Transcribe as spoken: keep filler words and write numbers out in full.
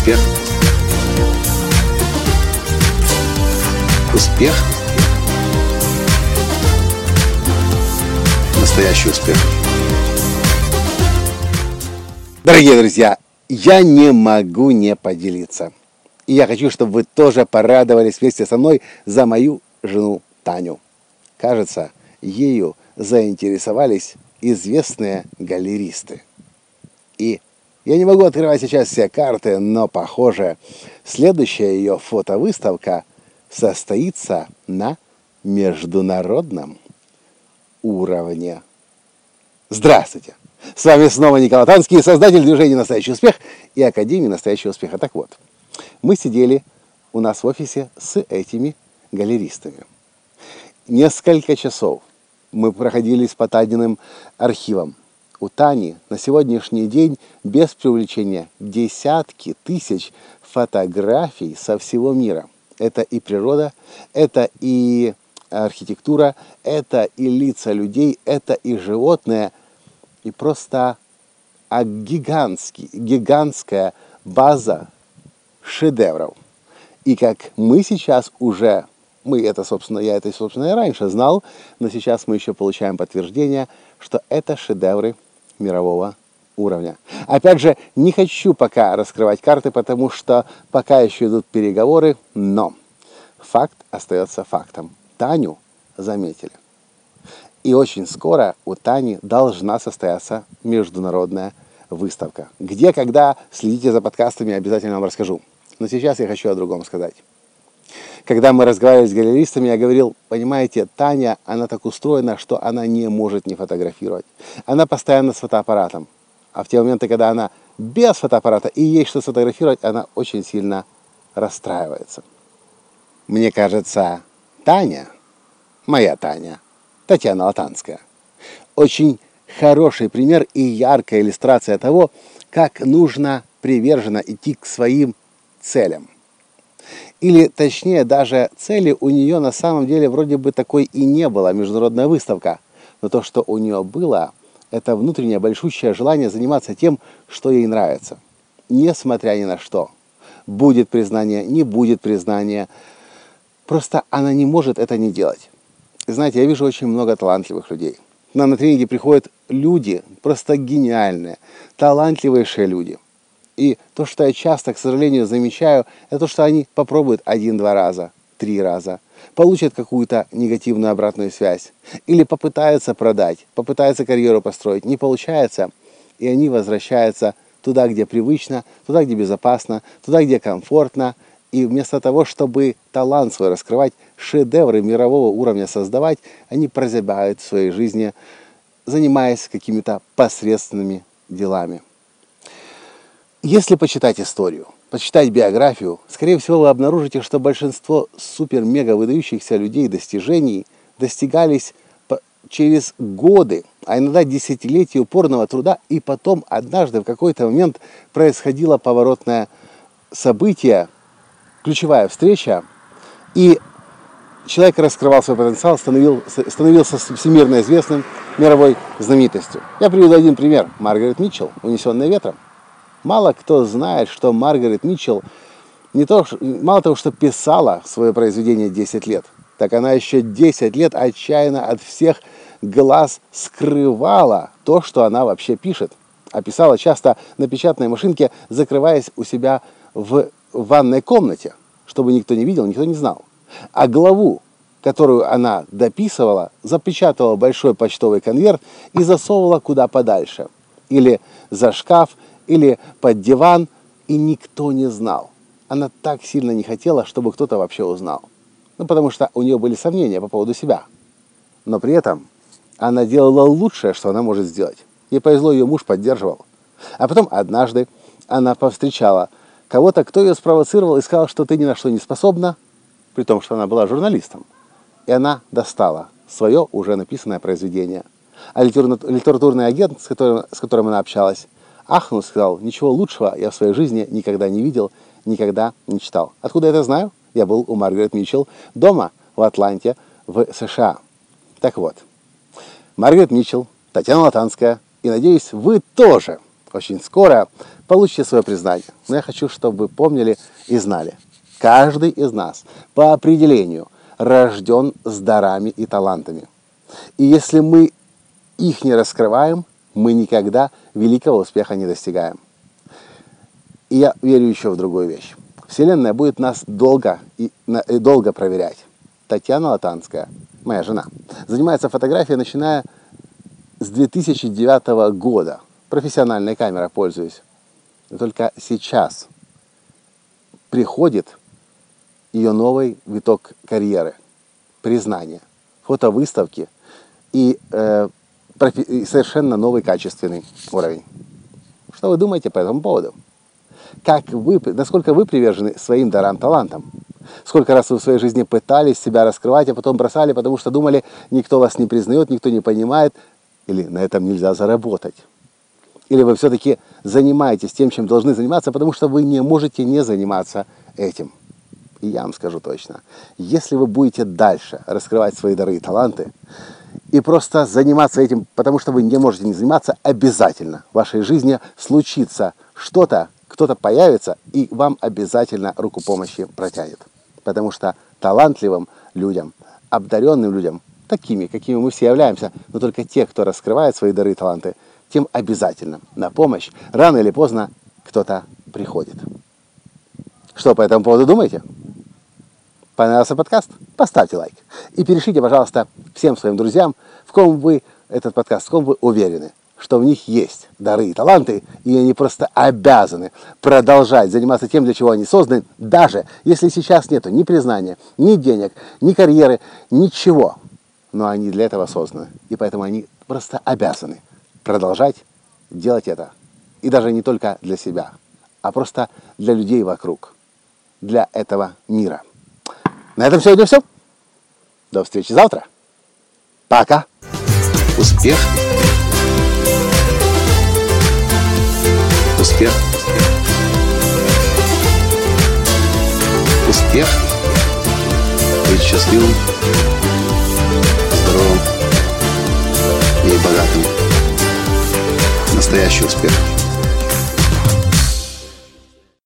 Успех. Успех. Настоящий успех. Дорогие друзья, я не могу не поделиться. И я хочу, чтобы вы тоже порадовались вместе со мной за мою жену Таню. Кажется, ею заинтересовались известные галеристы. И я не могу открывать сейчас все карты, но, похоже, следующая ее фотовыставка состоится на международном уровне. Здравствуйте! С вами снова Николай Танский, создатель движения «Настоящий успех» и Академии «Настоящего успеха». Так вот, мы сидели у нас в офисе с этими галеристами. Несколько часов мы проходились по Таниным архивам. У Тани на сегодняшний день, без преувеличения, десятки тысяч фотографий со всего мира. Это и природа, это и архитектура, это и лица людей, это и животные, и просто а гигантский, гигантская база шедевров. И как мы сейчас уже, мы это, собственно, я это, собственно, и раньше знал, но сейчас мы еще получаем подтверждение, что это шедевры мирового уровня. Опять же, не хочу пока раскрывать карты, потому что пока еще идут переговоры, но факт остается фактом. Таню заметили. И очень скоро у Тани должна состояться международная выставка. Где, когда, следите за подкастами, обязательно вам расскажу. Но сейчас я хочу о другом сказать. Когда мы разговаривали с галеристами, я говорил, понимаете, Таня, она так устроена, что она не может не фотографировать. Она постоянно с фотоаппаратом. А в те моменты, когда она без фотоаппарата и ей что сфотографировать, она очень сильно расстраивается. Мне кажется, Таня, моя Таня, Татьяна Латанская, очень хороший пример и яркая иллюстрация того, как нужно приверженно идти к своим целям. Или, точнее, даже цели у нее на самом деле вроде бы такой и не было, международная выставка. Но то, что у нее было, это внутреннее большущее желание заниматься тем, что ей нравится. Несмотря ни на что. Будет признание, не будет признания. Просто она не может это не делать. Знаете, я вижу очень много талантливых людей. К нам на тренинги приходят люди, просто гениальные, талантливейшие люди. И то, что я часто, к сожалению, замечаю, это то, что они попробуют один-два раза, три раза, получат какую-то негативную обратную связь, или попытаются продать, попытаются карьеру построить, не получается, и они возвращаются туда, где привычно, туда, где безопасно, туда, где комфортно, и вместо того, чтобы талант свой раскрывать, шедевры мирового уровня создавать, они прозябают в своей жизни, занимаясь какими-то посредственными делами. Если почитать историю, почитать биографию, скорее всего, вы обнаружите, что большинство супер-мега выдающихся людей достижений достигались через годы, а иногда десятилетия упорного труда, и потом однажды в какой-то момент происходило поворотное событие, ключевая встреча, и человек раскрывал свой потенциал, становился, становился всемирно известным, мировой знаменитостью. Я приведу один пример. Маргарет Митчелл, «Унесенная ветром». Мало кто знает, что Маргарет Митчелл не то, мало того, что писала свое произведение десять лет, так она еще десять лет отчаянно от всех глаз скрывала то, что она вообще пишет. А писала часто на печатной машинке, закрываясь у себя в ванной комнате, чтобы никто не видел, никто не знал. А главу, которую она дописывала, запечатывала в большой почтовый конверт и засовывала куда подальше. Или за шкаф, или под диван, и никто не знал. Она так сильно не хотела, чтобы кто-то вообще узнал. Ну, потому что у нее были сомнения по поводу себя. Но при этом она делала лучшее, что она может сделать. Ей повезло, ее муж поддерживал. А потом однажды она повстречала кого-то, кто ее спровоцировал и сказал, что ты ни на что не способна, при том, что она была журналистом. И она достала свое уже написанное произведение. А литературный агент, с которым, с которым она общалась, ахнул, сказал, ничего лучшего я в своей жизни никогда не видел, никогда не читал. Откуда я это знаю? Я был у Маргарет Митчелл дома в Атланте, в США. Так вот, Маргарет Митчелл, Татьяна Латанская, и, надеюсь, вы тоже очень скоро получите свое признание. Но я хочу, чтобы вы помнили и знали. Каждый из нас по определению рожден с дарами и талантами. И если мы их не раскрываем, мы никогда великого успеха не достигаем. И я верю еще в другую вещь. Вселенная будет нас долго и, и долго проверять. Татьяна Латанская, моя жена, занимается фотографией, начиная с две тысячи девятого года. Профессиональной камерой пользуюсь. И только сейчас приходит ее новый виток карьеры, признание, фотовыставки и, э, профи- и совершенно новый качественный уровень. Что вы думаете по этому поводу? Как вы, насколько вы привержены своим дарам, талантам? Сколько раз вы в своей жизни пытались себя раскрывать, а потом бросали, потому что думали, никто вас не признает, никто не понимает, или на этом нельзя заработать? Или вы все-таки занимаетесь тем, чем должны заниматься, потому что вы не можете не заниматься этим? И я вам скажу точно, если вы будете дальше раскрывать свои дары и таланты, и просто заниматься этим, потому что вы не можете не заниматься, обязательно в вашей жизни случится что-то, кто-то появится, и вам обязательно руку помощи протянет. Потому что талантливым людям, обдаренным людям, такими, какими мы все являемся, но только те, кто раскрывает свои дары и таланты, тем обязательно на помощь рано или поздно кто-то приходит. Что по этому поводу думаете? Понравился подкаст? Поставьте лайк. И перешлите, пожалуйста, всем своим друзьям, в ком вы, этот подкаст, в ком вы уверены, что в них есть дары и таланты, и они просто обязаны продолжать заниматься тем, для чего они созданы, даже если сейчас нету ни признания, ни денег, ни карьеры, ничего. Но они для этого созданы. И поэтому они просто обязаны продолжать делать это. И даже не только для себя, а просто для людей вокруг, для этого мира. На этом сегодня все. До встречи завтра. Пока. Успех. Успех. Успех. Быть счастливым, здоровым и богатым. Настоящий успех.